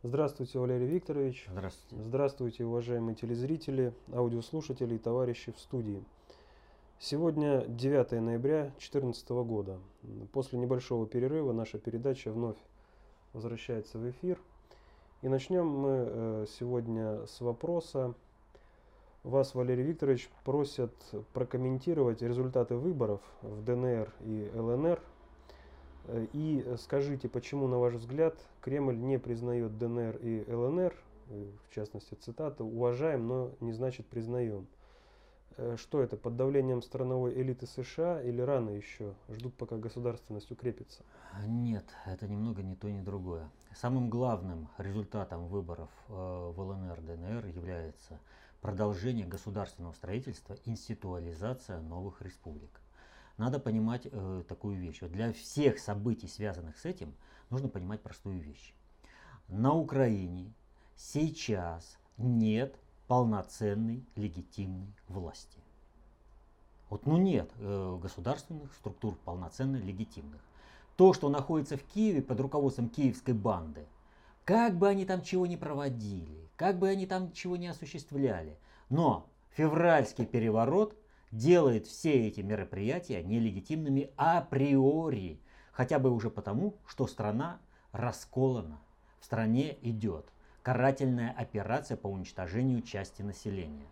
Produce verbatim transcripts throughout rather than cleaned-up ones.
Здравствуйте, Валерий Викторович. Здравствуйте. Здравствуйте, уважаемые телезрители, аудиослушатели и товарищи в студии. Сегодня девятое ноября две тысячи четырнадцатого года. После небольшого перерыва наша передача вновь возвращается в эфир. И начнем мы сегодня с вопроса. Вас, Валерий Викторович, просят прокомментировать результаты выборов в ДНР и ЛНР. И скажите, почему, на ваш взгляд, Кремль не признает ДНР и ЛНР, в частности, цитата, «уважаем, но не значит признаем». Что это, под давлением страновой элиты США или рано еще? Ждут, пока государственность укрепится? Нет, это немного не то, ни другое. Самым главным результатом выборов в ЛНР, ДНР является продолжение государственного строительства, институализация новых республик. Надо понимать э, такую вещь. Вот для всех событий, связанных с этим, нужно понимать простую вещь. На Украине сейчас нет полноценной легитимной власти. Вот ну нет э, государственных структур полноценно легитимных. То, что находится в Киеве под руководством киевской банды, как бы они там чего не проводили, как бы они там чего не осуществляли, но февральский переворот делает все эти мероприятия нелегитимными априори. Хотя бы уже потому, что страна расколана. В стране идет карательная операция по уничтожению части населения.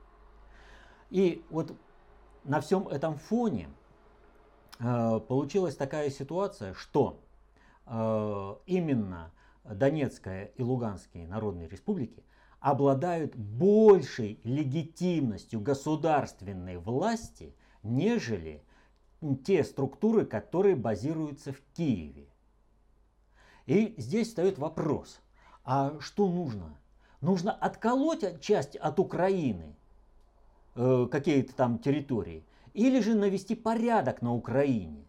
И вот на всем этом фоне э, получилась такая ситуация, что э, именно Донецкая и Луганские народные республики обладают большей легитимностью государственной власти, нежели те структуры, которые базируются в Киеве. И здесь встает вопрос, а что нужно? Нужно отколоть часть от Украины, э, какие-то там территории, или же навести порядок на Украине?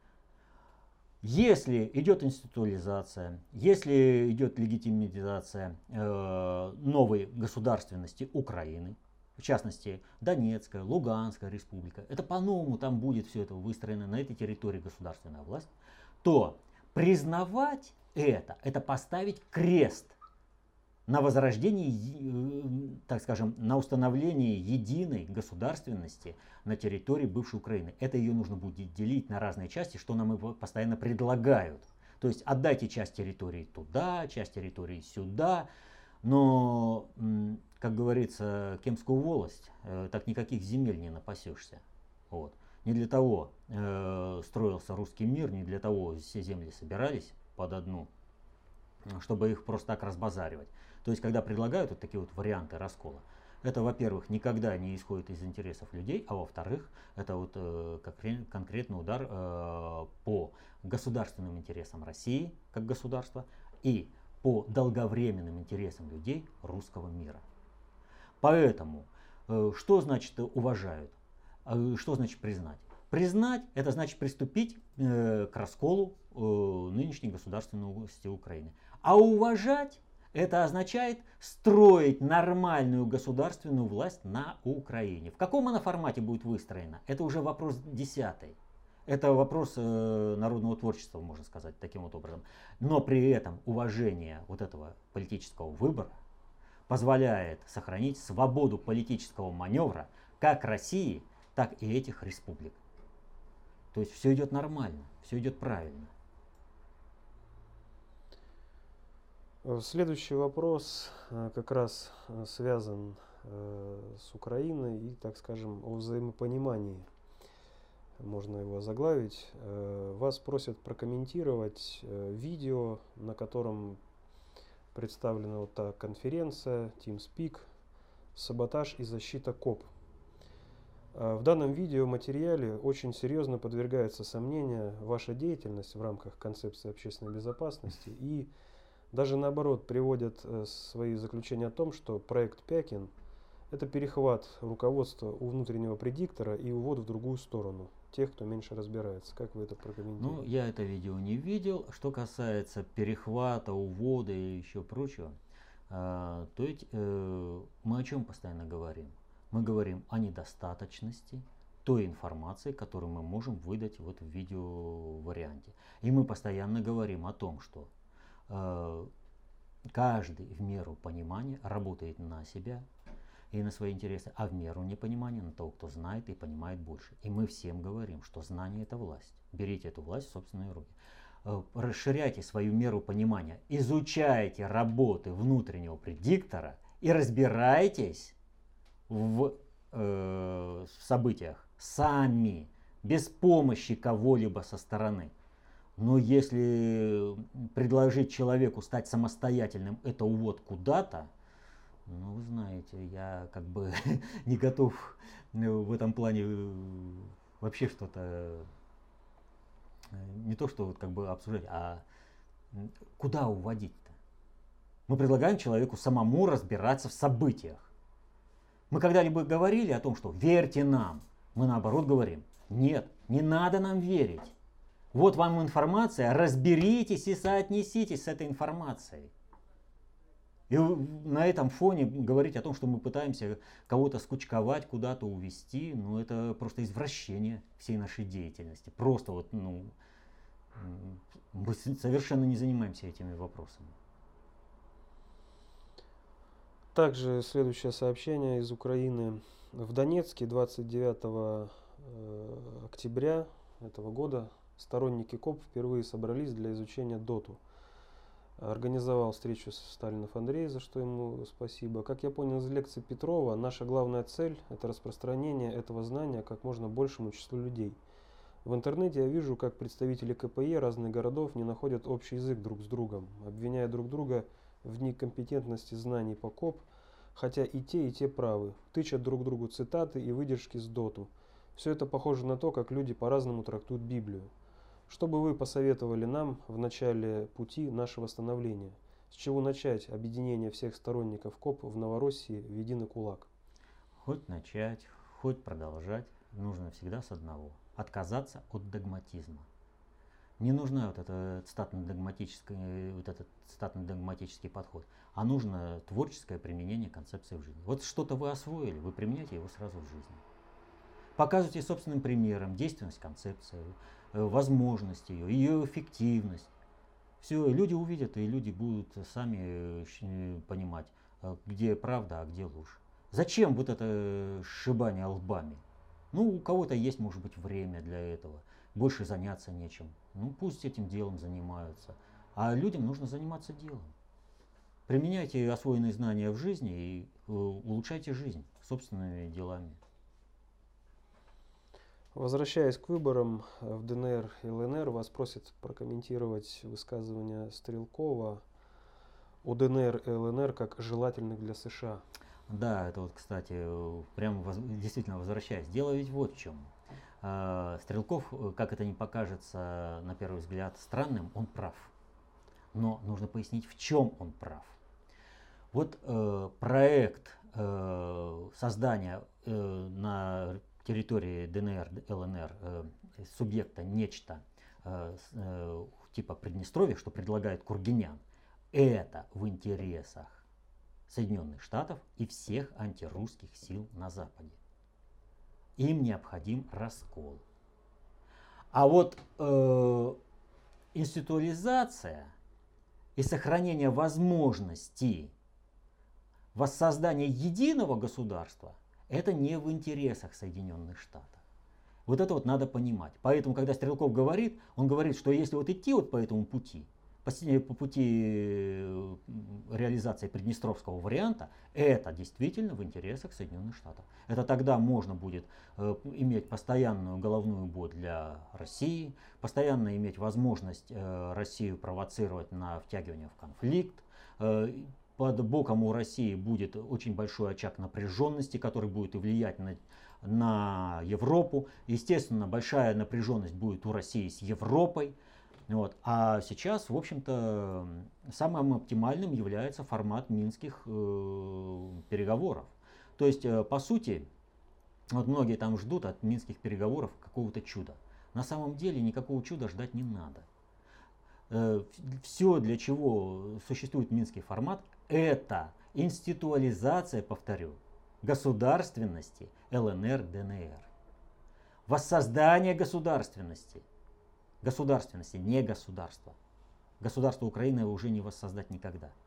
Если идет институализация, если идет легитимизация э, новой государственности Украины, в частности Донецкая, Луганская республика, это по-новому там будет все это выстроено, на этой территории государственная власть, то признавать это, это поставить крест на возрождении, так скажем, на установлении единой государственности на территории бывшей Украины. Это ее нужно будет делить на разные части, что нам и постоянно предлагают. То есть отдайте часть территории туда, часть территории сюда. Но, как говорится, Кемскую волость, так никаких земель не напасешься. Вот. Не для того э, строился русский мир, не для того все земли собирались под одну, чтобы их просто так разбазаривать. То есть, когда предлагают вот такие вот варианты раскола, это, во-первых, никогда не исходит из интересов людей, а во-вторых, это вот э, конкретный удар э, по государственным интересам России как государства и по долговременным интересам людей русского мира. Поэтому, э, что значит уважают? Э, что значит признать? Признать – это значит приступить э, к расколу э, нынешней государственной власти Украины. А уважать – это означает строить нормальную государственную власть на Украине. В каком она формате будет выстроена, это уже вопрос десятый. Это вопрос э, народного творчества, можно сказать, таким вот образом. Но при этом уважение вот этого политического выбора позволяет сохранить свободу политического маневра как России, так и этих республик. То есть все идет нормально, все идет правильно. Следующий вопрос как раз связан с Украиной и, так скажем, о взаимопонимании. Можно его заглавить. Вас просят прокомментировать видео, на котором представлена вот та конференция TeamSpeak «Саботаж и защита КОП». В данном видеоматериале очень серьезно подвергается сомнению ваша деятельность в рамках концепции общественной безопасности, и даже наоборот приводят свои заключения о том, что проект Пякин – это перехват руководства у внутреннего предиктора и увод в другую сторону тех, кто меньше разбирается. Как вы это прокомментируете? Ну, я это видео не видел. Что касается перехвата, увода и еще прочего, то ведь мы о чем постоянно говорим? Мы говорим о недостаточности той информации, которую мы можем выдать вот в видео варианте. И мы постоянно говорим о том, что э, каждый в меру понимания работает на себя и на свои интересы, а в меру непонимания на того, кто знает и понимает больше. И мы всем говорим, что знание – это власть. Берите эту власть в собственные руки. Расширяйте свою меру понимания, изучайте работы внутреннего предиктора и разбирайтесь в, э, в событиях сами, без помощи кого-либо со стороны. Но если предложить человеку стать самостоятельным, это увод куда-то, ну, вы знаете, я как бы не готов в этом плане вообще что-то, не то что как бы обсуждать, а куда уводить-то? Мы предлагаем человеку самому разбираться в событиях. Мы когда-либо говорили о том, что верьте нам, мы наоборот говорим, нет, не надо нам верить. Вот вам информация, разберитесь и соотнеситесь с этой информацией. И на этом фоне говорить о том, что мы пытаемся кого-то скучковать, куда-то увести, ну это просто извращение всей нашей деятельности. Просто вот, ну, мы совершенно не занимаемся этими вопросами. Также следующее сообщение из Украины. В Донецке двадцать девятого октября этого года сторонники КОП впервые собрались для изучения доту. Организовал встречу с Сталинов Андрей, за что ему спасибо. Как я понял из лекции Петрова, наша главная цель – это распространение этого знания как можно большему числу людей. В интернете я вижу, как представители КПЕ разных городов не находят общий язык друг с другом, обвиняя друг друга в некомпетентности знаний по КОП, хотя и те, и те правы, тычат друг другу цитаты и выдержки с доту. Все это похоже на то, как люди по-разному трактуют Библию. Что бы вы посоветовали нам в начале пути нашего становления? С чего начать объединение всех сторонников КОП в Новороссии в единый кулак? Хоть начать, хоть продолжать, нужно всегда с одного. Отказаться от догматизма. Не нужна вот этот статно-догматический, вот этот статно-догматический подход, а нужно творческое применение концепции в жизни. Вот что-то вы освоили, вы применяете его сразу в жизни. Показывайте собственным примером действенность концепции, возможность ее, ее эффективность. Все, люди увидят, и люди будут сами понимать, где правда, а где ложь. Зачем вот это сшибание лбами? Ну, у кого-то есть, может быть, время для этого, больше заняться нечем. Ну, пусть этим делом занимаются. А людям нужно заниматься делом. Применяйте освоенные знания в жизни и улучшайте жизнь собственными делами. Возвращаясь к выборам в ДНР и ЛНР, вас просят прокомментировать высказывание Стрелкова о ДНР и ЛНР как желательных для США. Да, это вот, кстати, прямо воз... действительно возвращаясь. Дело ведь вот в чем. Стрелков, как это ни покажется на первый взгляд странным, он прав. Но нужно пояснить, в чем он прав. Вот э, проект э, создания э, на территории ДНР, ЛНР э, субъекта нечто э, э, типа Приднестровья, что предлагает Кургинян, это в интересах Соединенных Штатов и всех антирусских сил на Западе. Им необходим раскол. А вот э, институализация и сохранение возможностей воссоздания единого государства – это не в интересах Соединенных Штатов. Вот это вот надо понимать. Поэтому, когда Стрелков говорит, он говорит, что если вот идти вот по этому пути, по, по пути реализации приднестровского варианта, это действительно в интересах Соединенных Штатов. Это тогда можно будет э, иметь постоянную головную боль для России, постоянно иметь возможность э, Россию провоцировать на втягивание в конфликт. Э, под боком у России будет очень большой очаг напряженности, который будет и влиять на, на Европу. Естественно, большая напряженность будет у России с Европой. Вот. А сейчас, в общем-то, самым оптимальным является формат минских э, переговоров. То есть, э, по сути, вот многие там ждут от минских переговоров какого-то чуда. На самом деле никакого чуда ждать не надо. Э, все, для чего существует минский формат, это институализация, повторю, государственности ЛНР, ДНР. Воссоздание государственности. Государственности, не государства. Государство Украины уже не воссоздать никогда.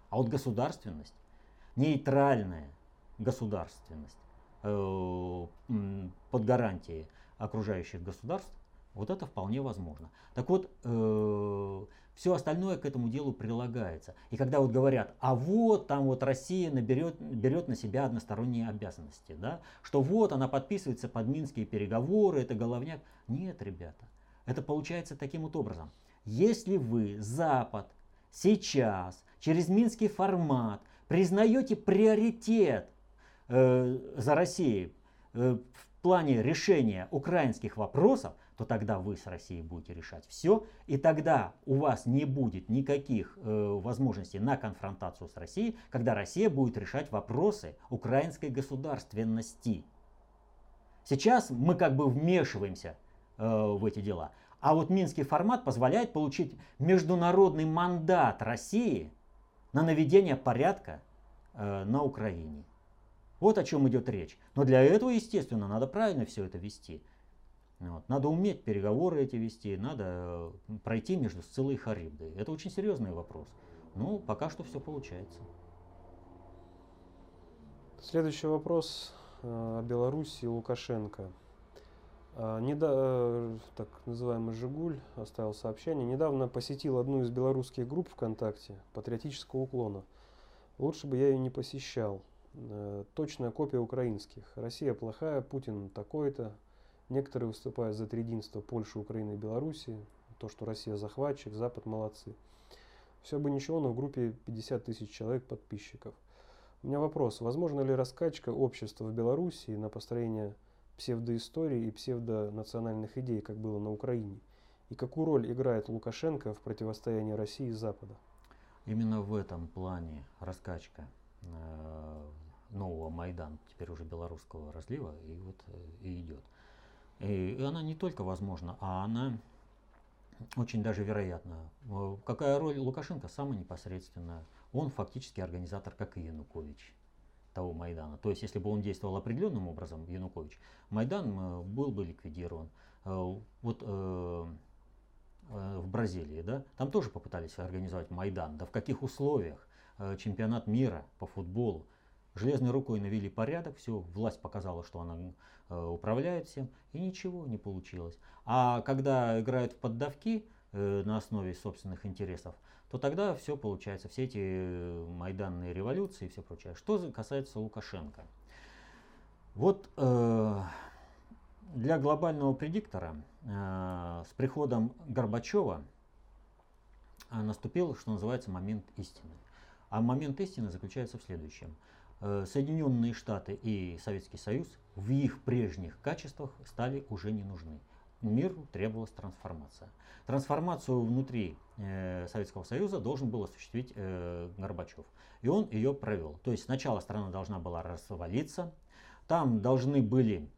А вот государственность, нейтральная государственность э, под гарантией окружающих государств, вот это вполне возможно. Так вот, э, все остальное к этому делу прилагается. И когда вот говорят, а вот там вот Россия наберет, берет на себя односторонние обязанности, да, что вот она подписывается под Минские переговоры, это головняк. Нет, ребята, это получается таким вот образом. Если вы, Запад, сейчас через Минский формат признаете приоритет э, за Россией э, в плане решения украинских вопросов, то тогда вы с Россией будете решать все, и тогда у вас не будет никаких э, возможностей на конфронтацию с Россией, когда Россия будет решать вопросы украинской государственности. Сейчас мы как бы вмешиваемся э, в эти дела, а вот Минский формат позволяет получить международный мандат России на наведение порядка э, на Украине. Вот о чем идет речь. Но для этого, естественно, надо правильно все это вести. Вот. Надо уметь переговоры эти вести, надо пройти между Сциллой и Харибдой. Это очень серьезный вопрос. Ну, пока что все получается. Следующий вопрос о Беларуси и Лукашенко. Недавно, так называемый Жигуль оставил сообщение. Недавно посетил одну из белорусских групп ВКонтакте патриотического уклона. Лучше бы я ее не посещал. Точная копия украинских. Россия плохая, Путин такой-то. Некоторые выступают за триединство Польши, Украины и Белоруссии. То, что Россия захватчик, Запад молодцы. Все бы ничего, но в группе пятьдесят тысяч человек подписчиков. У меня вопрос. Возможно ли раскачка общества в Белоруссии на построение псевдоистории и псевдонациональных идей, как было на Украине? И какую роль играет Лукашенко в противостоянии России и Запада? Именно в этом плане раскачка э, нового Майдана, теперь уже белорусского разлива, и вот э, и идет. И она не только возможна, а она очень даже вероятна. Какая роль Лукашенко? Самая непосредственная. Он фактически организатор, как и Янукович, того Майдана. То есть, если бы он действовал определенным образом, Янукович, Майдан был бы ликвидирован. Вот э, в Бразилии, да, там тоже попытались организовать Майдан. Да в каких условиях? Чемпионат мира по футболу. Железной рукой навели порядок, все, власть показала, что она э, управляет всем, и ничего не получилось. А когда играют в поддавки э, на основе собственных интересов, то тогда все получается, все эти э, майданные революции и все прочее. Что касается Лукашенко. Вот э, для глобального предиктора э, с приходом Горбачева э, наступил, что называется, момент истины. А момент истины заключается в следующем. Соединенные Штаты и Советский Союз в их прежних качествах стали уже не нужны. Миру требовалась трансформация. Трансформацию внутри э, Советского Союза должен был осуществить э, Горбачев. И он ее провел. То есть сначала страна должна была развалиться, там должны были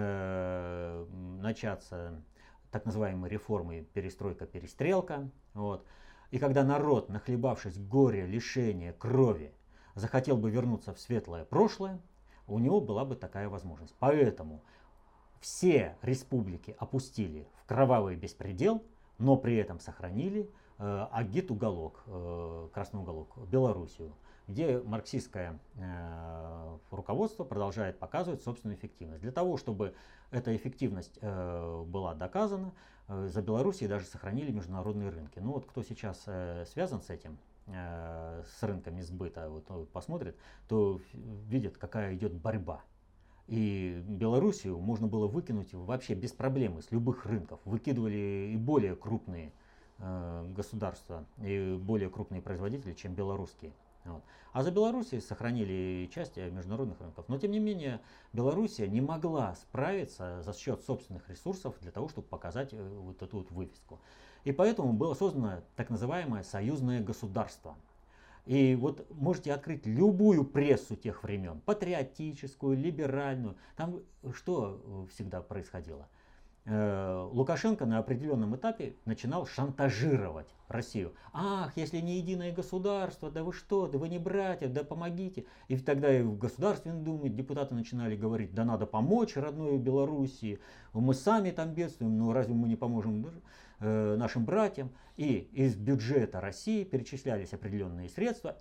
э, начаться так называемые реформы перестройка-перестрелка. Вот. И когда народ, нахлебавшись горя, лишения, крови, захотел бы вернуться в светлое прошлое, у него была бы такая возможность. Поэтому все республики опустили в кровавый беспредел, но при этом сохранили э, агит-уголок, э, красный уголок, Белоруссию, где марксистское э, руководство продолжает показывать собственную эффективность. Для того, чтобы эта эффективность э, была доказана, э, за Белоруссией даже сохранили международные рынки. Ну вот кто сейчас э, связан с этим, с рынками сбыта, вот, посмотрит, то видит, какая идет борьба. И Белоруссию можно было выкинуть вообще без проблем из любых рынков. Выкидывали и более крупные э, государства, и более крупные производители, чем белорусские. Вот. А за Белоруссией сохранили часть международных рынков. Но тем не менее, Белоруссия не могла справиться за счет собственных ресурсов для того, чтобы показать вот эту вот вывеску. И поэтому было создано так называемое союзное государство. И вот можете открыть любую прессу тех времен, патриотическую, либеральную. Там что всегда происходило? Лукашенко на определенном этапе начинал шантажировать Россию. Ах, если не единое государство, да вы что, да вы не братья, да помогите. И тогда и в Государственной Думе депутаты начинали говорить, да надо помочь родной Белоруссии, мы сами там бедствуем, но разве мы не поможем э, нашим братьям? И из бюджета России перечислялись определенные средства, и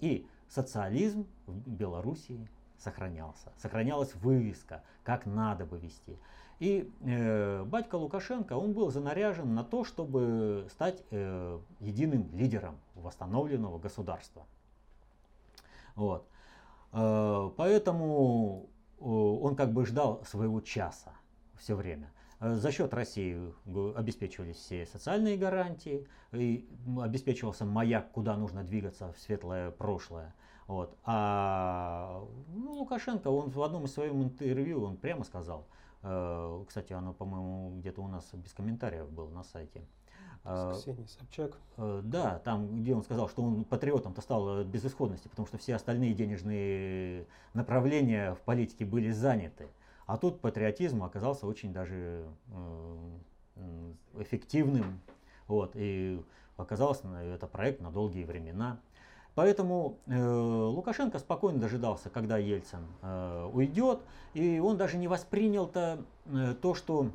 социализм в Белоруссии сохранялся. Сохранялась вывеска, как надо бы вести. И э, батька Лукашенко, он был занаряжен на то, чтобы стать э, единым лидером восстановленного государства. Вот. Э, поэтому э, он как бы ждал своего часа все время. Э, За счет России обеспечивались все социальные гарантии, и обеспечивался маяк, куда нужно двигаться в светлое прошлое. Вот. А ну, Лукашенко, он в одном из своих интервью, он прямо сказал, э, кстати, оно, по-моему, где-то у нас без комментариев было на сайте. С Э, Ксенией Собчак. э, Да, там, где он сказал, что он патриотом-то стал от безысходности, потому что все остальные денежные направления в политике были заняты. А тут патриотизм оказался очень даже э, м, эффективным. Вот, и оказался э, это проект на долгие времена. Поэтому э, Лукашенко спокойно дожидался, когда Ельцин э, уйдет, и он даже не воспринял-то э, то, что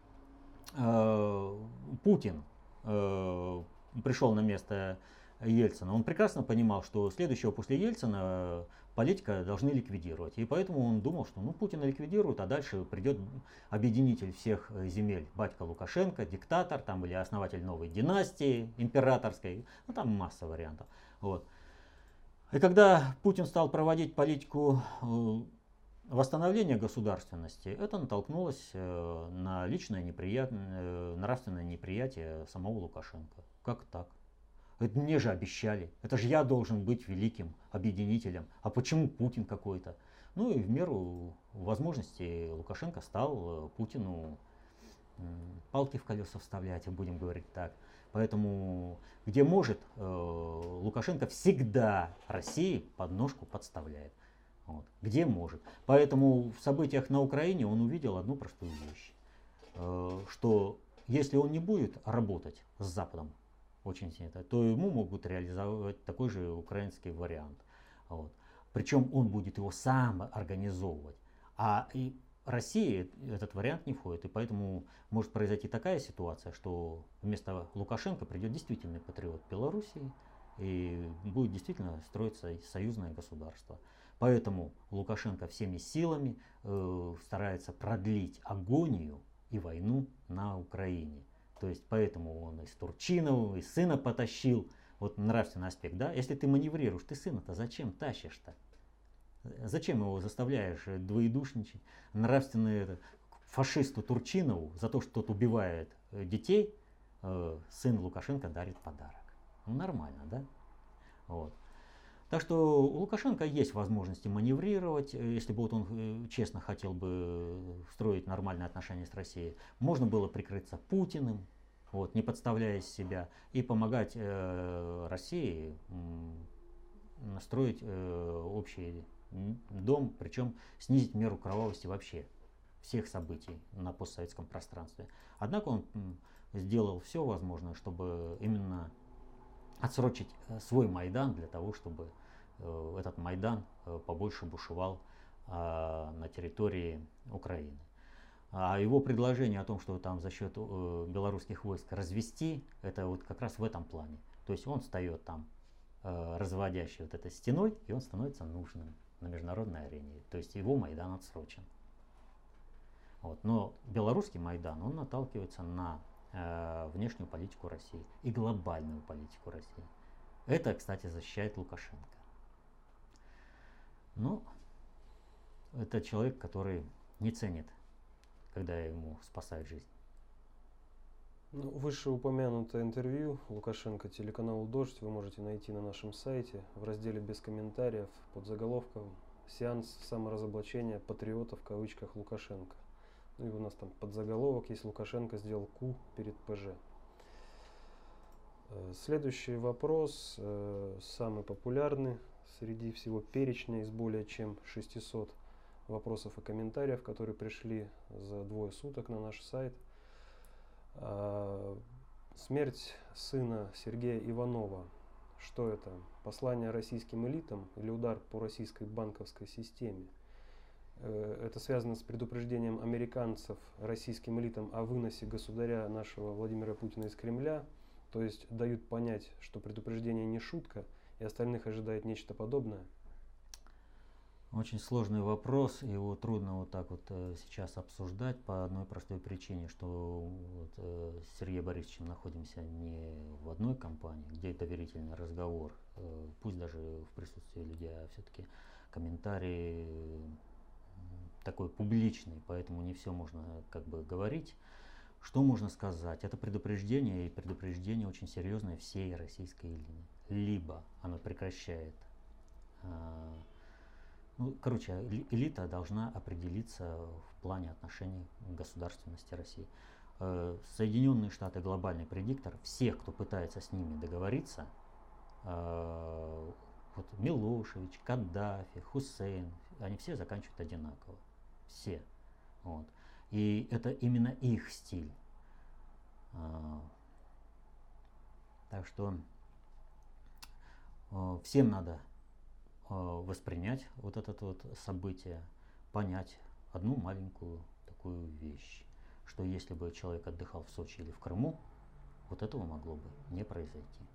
э, Путин э, пришел на место Ельцина. Он прекрасно понимал, что следующего после Ельцина политика должны ликвидировать. И поэтому он думал, что ну, Путина ликвидируют, а дальше придет объединитель всех земель, батька Лукашенко, диктатор там, или основатель новой династии императорской. Ну там масса вариантов. Вот. И когда Путин стал проводить политику э, восстановления государственности, это натолкнулось э, на личное неприятие, э, нравственное неприятие самого Лукашенко. Как так? Это мне же обещали. Это же я должен быть великим объединителем. А почему Путин какой-то? Ну и в меру возможностей Лукашенко стал Путину палки в колеса вставлять, будем говорить так. Поэтому, где может, Лукашенко всегда России подножку подставляет. Вот. Где может. Поэтому в событиях на Украине он увидел одну простую вещь. Что если он не будет работать с Западом, очень сильно, то ему могут реализовать такой же украинский вариант. Вот. Причем он будет его сам организовывать. А и России этот вариант не входит. И поэтому может произойти такая ситуация, что вместо Лукашенко придет действительный патриот Белоруссии и будет действительно строиться союзное государство. Поэтому Лукашенко всеми силами э, старается продлить агонию и войну на Украине. То есть поэтому он из Турчинова, и сына потащил. Вот нравственный аспект, да? Если ты маневрируешь, ты сына-то зачем тащишь-то? Зачем его заставляешь двоедушничать? Нравственный это, фашисту Турчинову за то, что тот убивает детей, э, сын Лукашенко дарит подарок. Ну нормально, да? Вот. Так что у Лукашенко есть возможности маневрировать, если бы вот он честно хотел бы строить нормальные отношения с Россией. Можно было прикрыться Путиным, вот, не подставляя себя, и помогать э, России э, строить э, общий дом, причем снизить меру кровавости вообще всех событий на постсоветском пространстве. Однако он э, сделал все возможное, чтобы именно отсрочить свой Майдан для того, чтобы э, этот Майдан э, побольше бушевал э, на территории Украины. А его предложение о том, что там за счет э, белорусских войск развести, это вот как раз в этом плане. То есть он встает там, э, разводящей вот этой стеной, и он становится нужным на международной арене. То есть его Майдан отсрочен. Вот. Но белорусский Майдан, он наталкивается на э, внешнюю политику России и глобальную политику России. Это, кстати, защищает Лукашенко. Но это человек, который не ценит, когда ему спасают жизнь. Ну, вышеупомянутое интервью Лукашенко телеканалу «Дождь» вы можете найти на нашем сайте в разделе «Без комментариев» под заголовком «Сеанс саморазоблачения патриота в кавычках Лукашенко». Ну и у нас там подзаголовок есть «Лукашенко сделал ку перед ПЖ». Следующий вопрос, самый популярный среди всего перечня из более чем шестисот вопросов и комментариев, которые пришли за двое суток на наш сайт. Смерть сына Сергея Иванова. Что это? Послание российским элитам или удар по российской банковской системе? Это связано с предупреждением американцев российским элитам о выносе государя нашего Владимира Путина из Кремля. То есть дают понять, что предупреждение не шутка, и остальных ожидает нечто подобное? Очень сложный вопрос, его трудно вот так вот э, сейчас обсуждать по одной простой причине, что вот, э, с Сергеем Борисовичем находимся не в одной компании, где доверительный разговор, э, пусть даже в присутствии людей, а все-таки комментарии э, такой публичный, поэтому не все можно как бы говорить. Что можно сказать? Это предупреждение, и предупреждение очень серьезное всей российской элиты. Либо оно прекращает э, Ну, короче, элита должна определиться в плане отношений к государственности России. Э, Соединенные Штаты глобальный предиктор. Всех, кто пытается с ними договориться, э, вот Милошевич, Каддафи, Хусейн, они все заканчивают одинаково. Все. Вот. И это именно их стиль. Э, Так что э, всем надо воспринять вот это вот событие, понять одну маленькую такую вещь, что если бы человек отдыхал в Сочи или в Крыму, вот этого могло бы не произойти.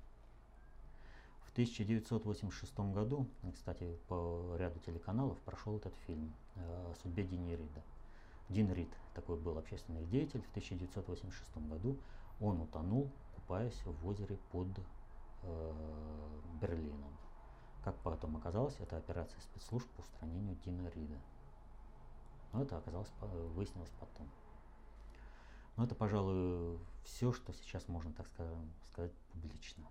В тысяча девятьсот восемьдесят шестом году, кстати, по ряду телеканалов прошел этот фильм о судьбе Дини Рида. Дин Рид такой был общественный деятель. В тысяча девятьсот восемьдесят шестом году он утонул, купаясь в озере под э, Берлином. Как потом оказалось, это операция спецслужб по устранению Дина Рида. Но это оказалось, выяснилось потом. Но это, пожалуй, все, что сейчас можно, так скажем, сказать публично.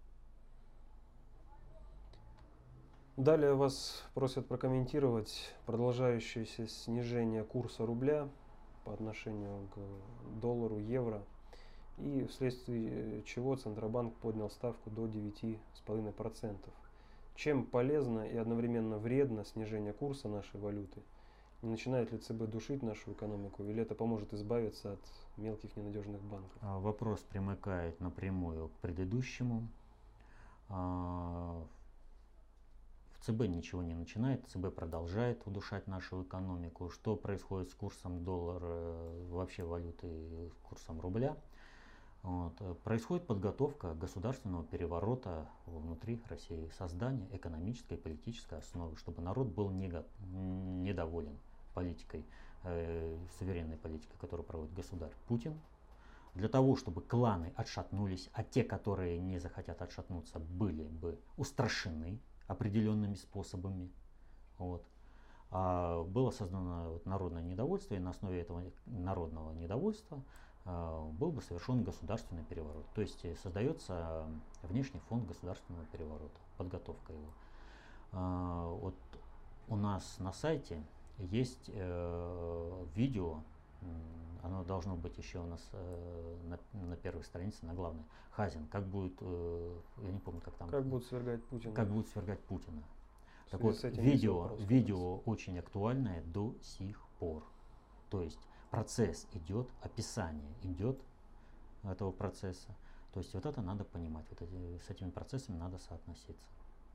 Далее вас просят прокомментировать продолжающееся снижение курса рубля по отношению к доллару, евро, и вследствие чего Центробанк поднял ставку до девяти с половиной процентов. Чем полезно и одновременно вредно снижение курса нашей валюты? Не начинает ли ЦБ душить нашу экономику, или это поможет избавиться от мелких ненадежных банков? Вопрос примыкает напрямую к предыдущему. В ЦБ ничего не начинает, ЦБ продолжает удушать нашу экономику. Что происходит с курсом доллара, вообще валюты, с курсом рубля? Вот. Происходит подготовка государственного переворота внутри России, создание экономической и политической основы, чтобы народ был него- недоволен политикой, э, суверенной политикой, которую проводит государь Путин, для того, чтобы кланы отшатнулись, а те, которые не захотят отшатнуться, были бы устрашены определенными способами. Вот. А было создано вот народное недовольство, и на основе этого народного недовольства был бы совершен государственный переворот. То есть создается внешний фонд государственного переворота, подготовка его. Вот у нас на сайте есть видео, оно должно быть еще у нас на, на первой странице, на главной. Хазин, как будет, я не помню, как там. Как будет свергать Путина. Как будет свергать Путина. Так вот, видео, видео очень актуальное до сих пор. То есть процесс идет, описание идет этого процесса. То есть вот это надо понимать, вот эти, с этими процессами надо соотноситься.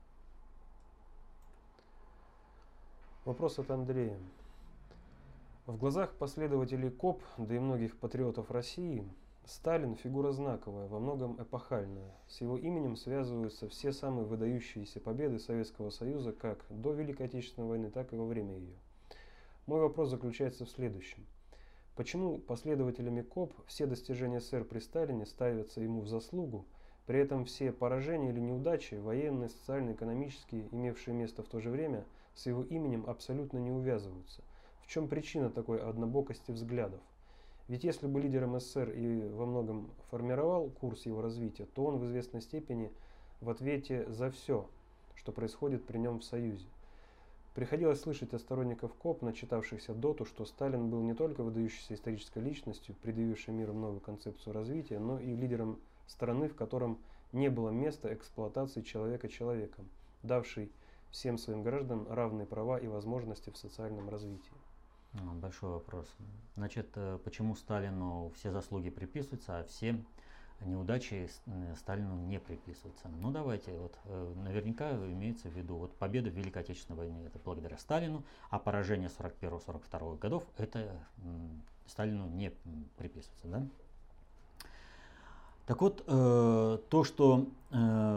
Вопрос от Андрея. В глазах последователей КОП, да и многих патриотов России, Сталин фигура знаковая, во многом эпохальная. С его именем связываются все самые выдающиеся победы Советского Союза как до Великой Отечественной войны, так и во время ее. Мой вопрос заключается в следующем. Почему последователями КОП все достижения СССР при Сталине ставятся ему в заслугу, при этом все поражения или неудачи, военные, социально, экономические, имевшие место в то же время, с его именем абсолютно не увязываются? В чем причина такой однобокости взглядов? Ведь если бы лидером СССР и во многом формировал курс его развития, то он в известной степени в ответе за все, что происходит при нем в Союзе. Приходилось слышать от сторонников КОП, начитавшихся доту, что Сталин был не только выдающейся исторической личностью, предъявившей миру новую концепцию развития, но и лидером страны, в котором не было места эксплуатации человека человеком, давший всем своим гражданам равные права и возможности в социальном развитии. Большой вопрос. Значит, почему Сталину все заслуги приписываются, а все неудачи Сталину не приписываются? Ну давайте, вот наверняка имеется в виду вот победа в Великой Отечественной войне, это благодаря Сталину, а поражение сорок первого — сорок второго годов это м, Сталину не приписывается, да? Так вот, э, то, что э,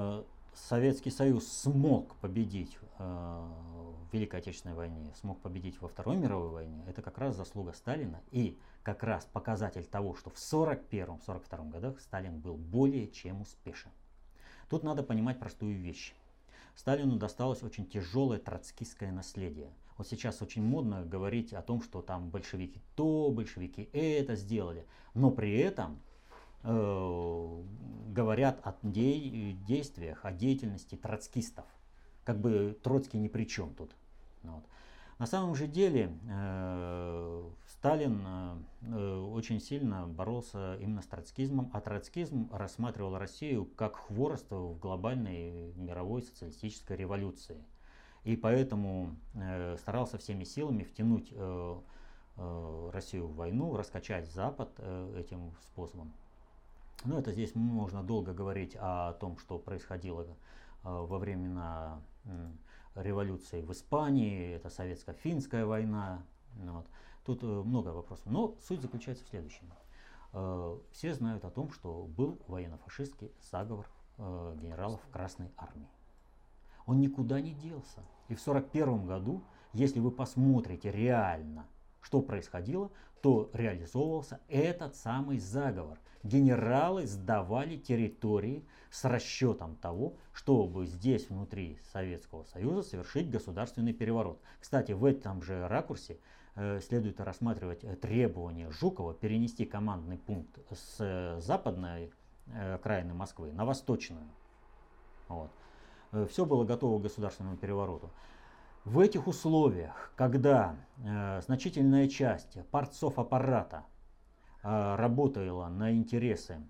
Советский Союз смог победить э, в Великой Отечественной войне, смог победить во Второй мировой войне, это как раз заслуга Сталина и как раз показатель того, что в сорок первом — сорок втором годах Сталин был более чем успешен. Тут надо понимать простую вещь. Сталину досталось очень тяжелое троцкистское наследие. Вот сейчас очень модно говорить о том, что там большевики то, большевики это сделали, но при этом э, говорят о де- действиях, о деятельности троцкистов. Как бы Троцкий ни при чем тут. Вот. На самом же деле э, Сталин э, очень сильно боролся именно с троцкизмом, а троцкизм рассматривал Россию как хворост в глобальной мировой социалистической революции. И поэтому э, старался всеми силами втянуть э, э, Россию в войну, раскачать Запад э, этим способом. Ну, это здесь можно долго говорить о том, что происходило э, во времена э, революции в Испании, это советско-финская война. Вот. Тут э, много вопросов. Но суть заключается в следующем. Э, все знают о том, что был военно-фашистский заговор э, генералов Красной Армии. Он никуда не делся. И в сорок первом году, если вы посмотрите реально, что происходило, то реализовывался этот самый заговор. Генералы сдавали территории с расчетом того, чтобы здесь, внутри Советского Союза, совершить государственный переворот. Кстати, в этом же ракурсе э, следует рассматривать требование Жукова перенести командный пункт с западной э, окраины Москвы на восточную. Вот. Все было готово к государственному перевороту. В этих условиях, когда э, значительная часть партсов аппарата э, работала на интересы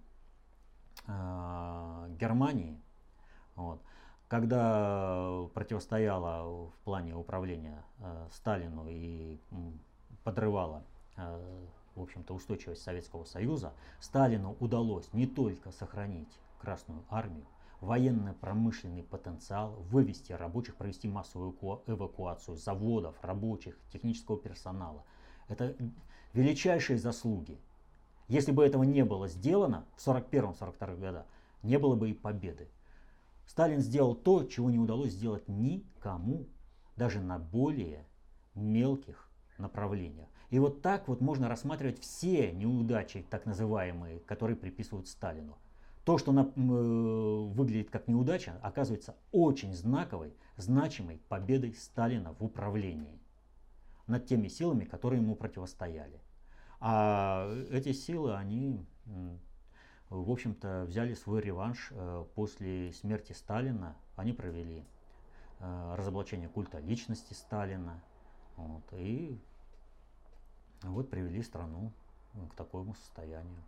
э, Германии, вот, когда противостояла в плане управления э, Сталину и м, подрывала э, в общем-то, устойчивость Советского Союза, Сталину удалось не только сохранить Красную Армию, военно-промышленный потенциал, вывести рабочих, провести массовую эвакуацию заводов, рабочих, технического персонала. Это величайшие заслуги. Если бы этого не было сделано в сорок первом — сорок втором годах, не было бы и победы. Сталин сделал то, чего не удалось сделать никому, даже на более мелких направлениях. И вот так вот можно рассматривать все неудачи, так называемые, которые приписывают Сталину. То, что на, э, выглядит как неудача, оказывается очень знаковой, значимой победой Сталина в управлении над теми силами, которые ему противостояли. А эти силы, они, в общем-то, взяли свой реванш э, после смерти Сталина. Они провели э, разоблачение культа личности Сталина. Вот, и вот привели страну к такому состоянию.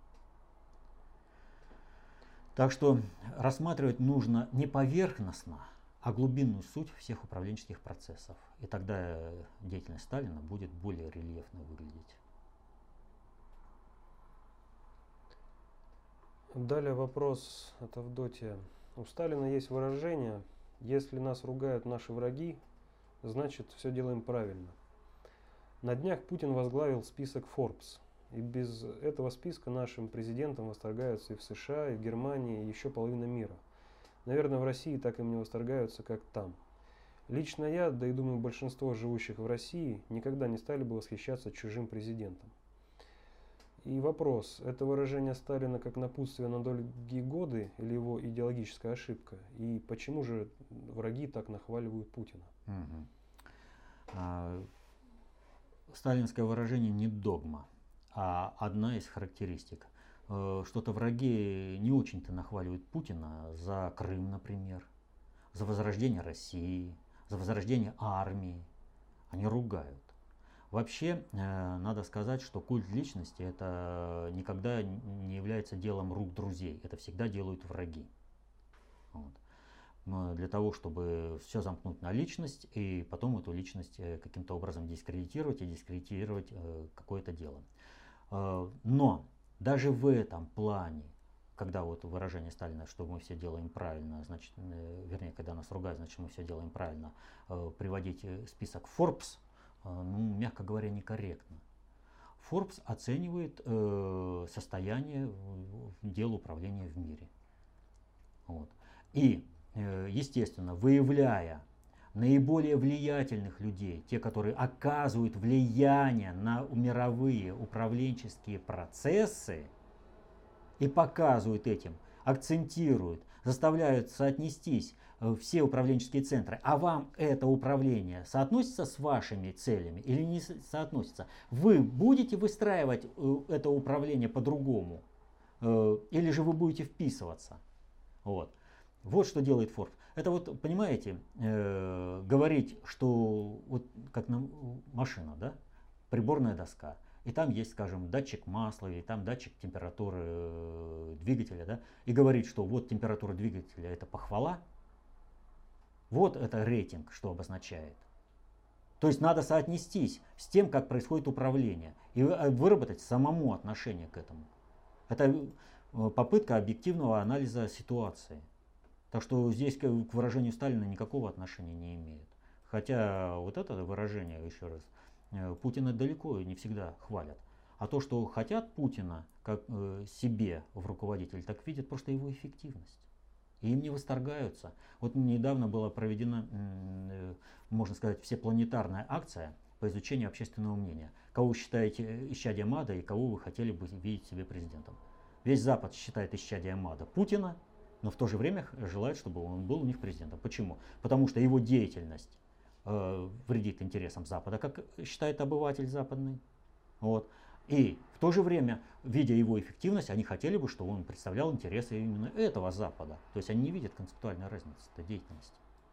Так что рассматривать нужно не поверхностно, а глубинную суть всех управленческих процессов. И тогда деятельность Сталина будет более рельефно выглядеть. Далее вопрос от Авдотья. У Сталина есть выражение: если нас ругают наши враги, значит все делаем правильно. На днях Путин возглавил список Forbes. И без этого списка нашим президентом восторгаются и в США, и в Германии, и еще половина мира. Наверное, в России так им не восторгаются, как там. Лично я, да и думаю большинство живущих в России, никогда не стали бы восхищаться чужим президентом. И вопрос, это выражение Сталина как напутствие на долгие годы или его идеологическая ошибка? И почему же враги так нахваливают Путина? Угу. А, сталинское выражение не догма, а одна из характеристик. Что-то враги не очень-то нахваливают Путина за Крым, например, за возрождение России, за возрождение армии. Они ругают. Вообще, надо сказать, что культ личности это никогда не является делом рук друзей. Это всегда делают враги. Вот. Для того, чтобы все замкнуть на личность и потом эту личность каким-то образом дискредитировать и дискредитировать какое-то дело. Но даже в этом плане, когда вот выражение Сталина, что мы все делаем правильно, значит, вернее, когда нас ругают, значит, мы все делаем правильно, приводить список Forbes, ну, мягко говоря, некорректно. Forbes оценивает состояние дел управления в мире. Вот. И естественно, выявляя наиболее влиятельных людей, те, которые оказывают влияние на мировые управленческие процессы и показывают этим, акцентируют, заставляют соотнестись все управленческие центры, а вам это управление соотносится с вашими целями или не соотносится, вы будете выстраивать это управление по-другому, или же вы будете вписываться. Вот. Вот что делает Forbes. Это вот, понимаете, э, говорить, что вот как на машина, да, приборная доска, и там есть, скажем, датчик масла, и там датчик температуры э, двигателя, да, и говорить, что вот температура двигателя это похвала, вот это рейтинг, что обозначает. То есть надо соотнестись с тем, как происходит управление, и выработать самому отношение к этому. Это попытка объективного анализа ситуации. Так что здесь к выражению Сталина никакого отношения не имеет. Хотя вот это выражение, еще раз, Путина далеко не всегда хвалят. А то, что хотят Путина как себе в руководитель, так видят просто его эффективность. И им не восторгаются. Вот недавно была проведена, можно сказать, всепланетарная акция по изучению общественного мнения. Кого вы считаете исчадием ада и кого вы хотели бы видеть себе президентом. Весь Запад считает исчадием ада Путина, но в то же время желает, чтобы он был у них президентом. Почему? Потому что его деятельность э, вредит интересам Запада, как считает обыватель западный. Вот. И в то же время, видя его эффективность, они хотели бы, чтобы он представлял интересы именно этого Запада. То есть они не видят концептуальной разницы в деятельности.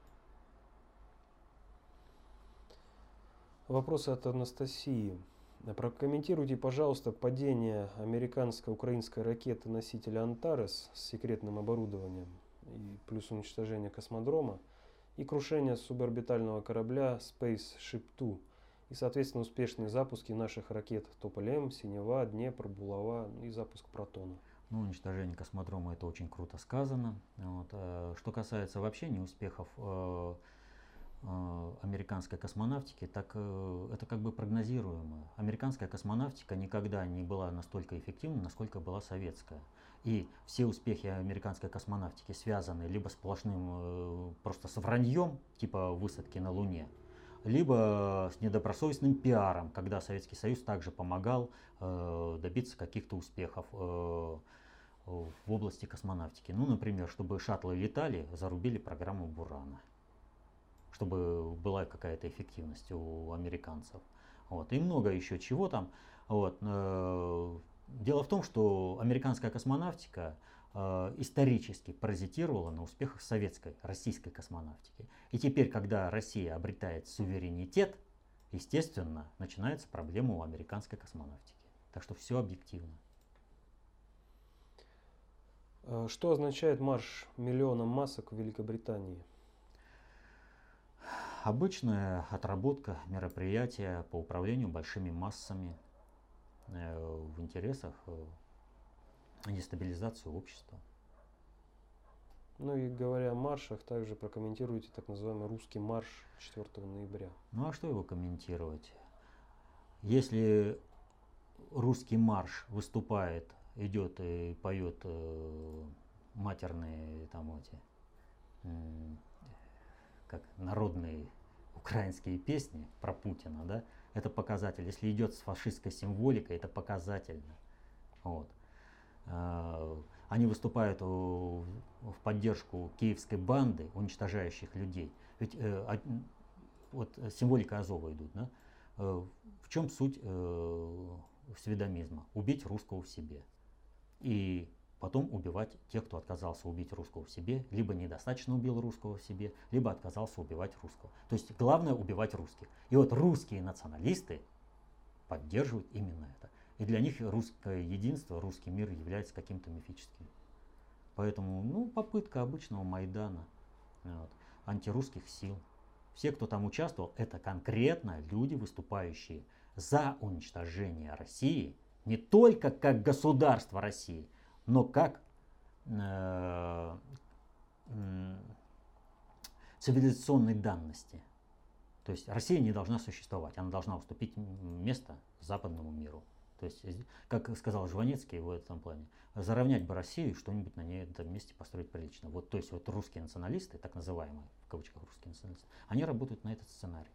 Вопрос от Анастасии. Прокомментируйте, пожалуйста, падение американско-украинской ракеты-носителя «Антарес» с секретным оборудованием, и плюс уничтожение космодрома, и крушение суборбитального корабля Spaceship два, и, соответственно, успешные запуски наших ракет «Тополь-М», «Синева», «Днепр», «Булава» и запуск «Протона». Ну, уничтожение космодрома — это очень круто сказано. Вот. Что касается вообще неуспехов американской космонавтики, так это как бы прогнозируемо. Американская космонавтика никогда не была настолько эффективна, насколько была советская. И все успехи американской космонавтики связаны либо сплошным просто с враньем, типа высадки на Луне, либо с недобросовестным пиаром, когда Советский Союз также помогал э, добиться каких-то успехов э, в области космонавтики. Ну, например, чтобы шаттлы летали, зарубили программу Бурана, чтобы была какая-то эффективность у американцев. Вот. И много еще чего там. Вот. Дело в том, что американская космонавтика э, исторически паразитировала на успехах советской, российской космонавтики. И теперь, когда Россия обретает суверенитет, естественно, начинается проблема у американской космонавтики. Так что все объективно. Что означает марш миллиона масок в Великобритании? Обычная отработка мероприятия по управлению большими массами в интересах дестабилизации общества. Ну и говоря о маршах, также прокомментируйте так называемый русский марш четвёртого ноября. Ну а что его комментировать? Если русский марш выступает, идет и поет э, матерные там эти, э, как народные украинские песни про Путина, да, это показатель. Если идет с фашистской символикой, это показательно. Вот. Они выступают в поддержку киевской банды, уничтожающих людей. Ведь э, вот символика Азова идут. Да? В чем суть э, сведомизма? Убить русского в себе. И потом убивать тех, кто отказался убить русского в себе, либо недостаточно убил русского в себе, либо отказался убивать русского. То есть главное убивать русских. И вот русские националисты поддерживают именно это. И для них русское единство, русский мир является каким-то мифическим. Поэтому, ну, попытка обычного Майдана, вот, антирусских сил. Все, кто там участвовал, это конкретно люди, выступающие за уничтожение России, не только как государства России, но как э, э, цивилизационной данности. То есть Россия не должна существовать, она должна уступить место западному миру. То есть, как сказал Жванецкий в этом плане, заровнять бы Россию и что-нибудь на ней этом месте построить прилично. Вот, то есть вот русские националисты, так называемые, в кавычках русские националисты, они работают на этот сценарий.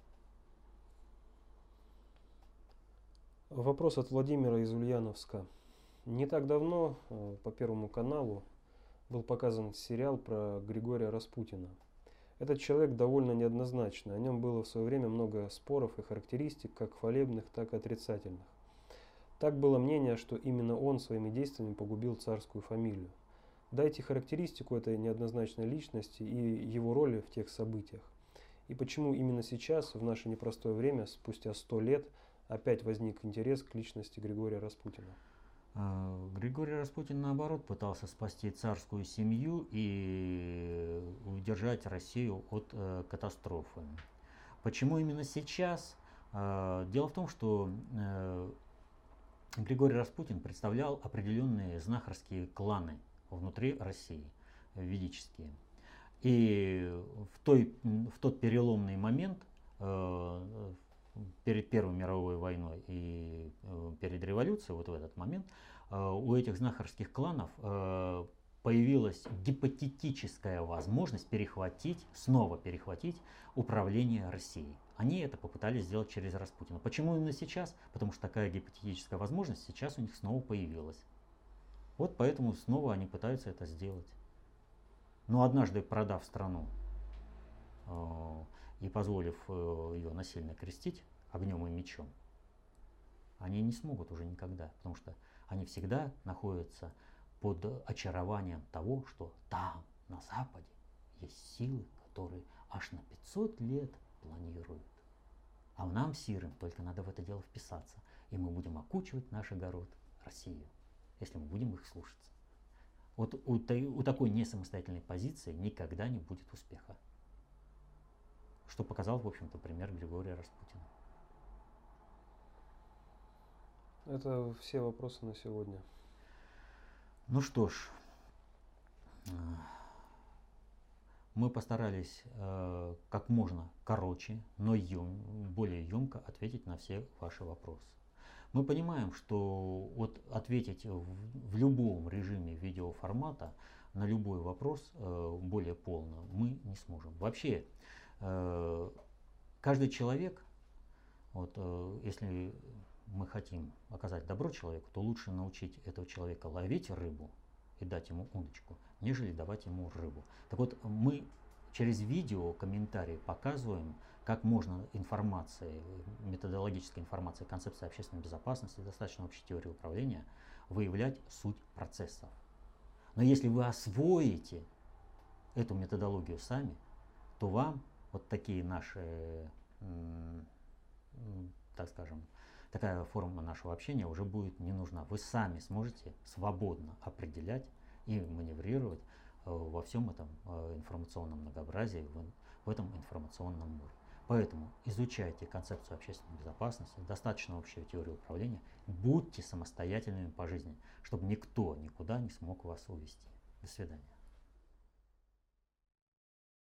Вопрос от Владимира из Ульяновска. Не так давно по Первому каналу был показан сериал про Григория Распутина. Этот человек довольно неоднозначный, о нем было в свое время много споров и характеристик, как хвалебных, так и отрицательных. Так было мнение, что именно он своими действиями погубил царскую фамилию. Дайте характеристику этой неоднозначной личности и его роли в тех событиях. И почему именно сейчас, в наше непростое время, спустя сто лет, опять возник интерес к личности Григория Распутина? Григорий Распутин, наоборот, пытался спасти царскую семью и удержать Россию от э, катастрофы. Почему именно сейчас? Э, дело в том, что э, Григорий Распутин представлял определенные знахарские кланы внутри России, ведические. И в, той, в тот переломный момент, э, перед Первой мировой войной и э, перед революцией, вот в этот момент, э, у этих знахарских кланов э, появилась гипотетическая возможность перехватить, снова перехватить управление Россией. Они это попытались сделать через Распутина. Почему именно сейчас? Потому что такая гипотетическая возможность сейчас у них снова появилась. Вот поэтому снова они пытаются это сделать. Но однажды продав страну э, и позволив э, ее насильно крестить огнем и мечом, они не смогут уже никогда, потому что они всегда находятся под очарованием того, что там, на Западе, есть силы, которые аж на пятьсот лет планируют. А нам, сирым, только надо в это дело вписаться, и мы будем окучивать наш огород, Россию, если мы будем их слушаться. Вот у, у такой несамостоятельной позиции никогда не будет успеха. Что показал, в общем-то, пример Григория Распутина. Это все вопросы на сегодня. Ну что ж, мы постарались э, как можно короче, но ем, более емко ответить на все ваши вопросы. Мы понимаем, что вот ответить в, в любом режиме видеоформата на любой вопрос э, более полно мы не сможем. Вообще, э, каждый человек, вот, э, если мы хотим оказать добро человеку, то лучше научить этого человека ловить рыбу и дать ему удочку, нежели давать ему рыбу. Так вот, мы через видео, комментарии показываем, как можно информацией, методологической информацией, концепции общественной безопасности, достаточно общей теории управления, выявлять суть процессов. Но если вы освоите эту методологию сами, то вам вот такие наши, так скажем, такая форма нашего общения уже будет не нужна. Вы сами сможете свободно определять и маневрировать во всем этом информационном многообразии, в этом информационном море. Поэтому изучайте концепцию общественной безопасности, достаточно общую теорию управления, будьте самостоятельными по жизни, чтобы никто никуда не смог вас увести. До свидания.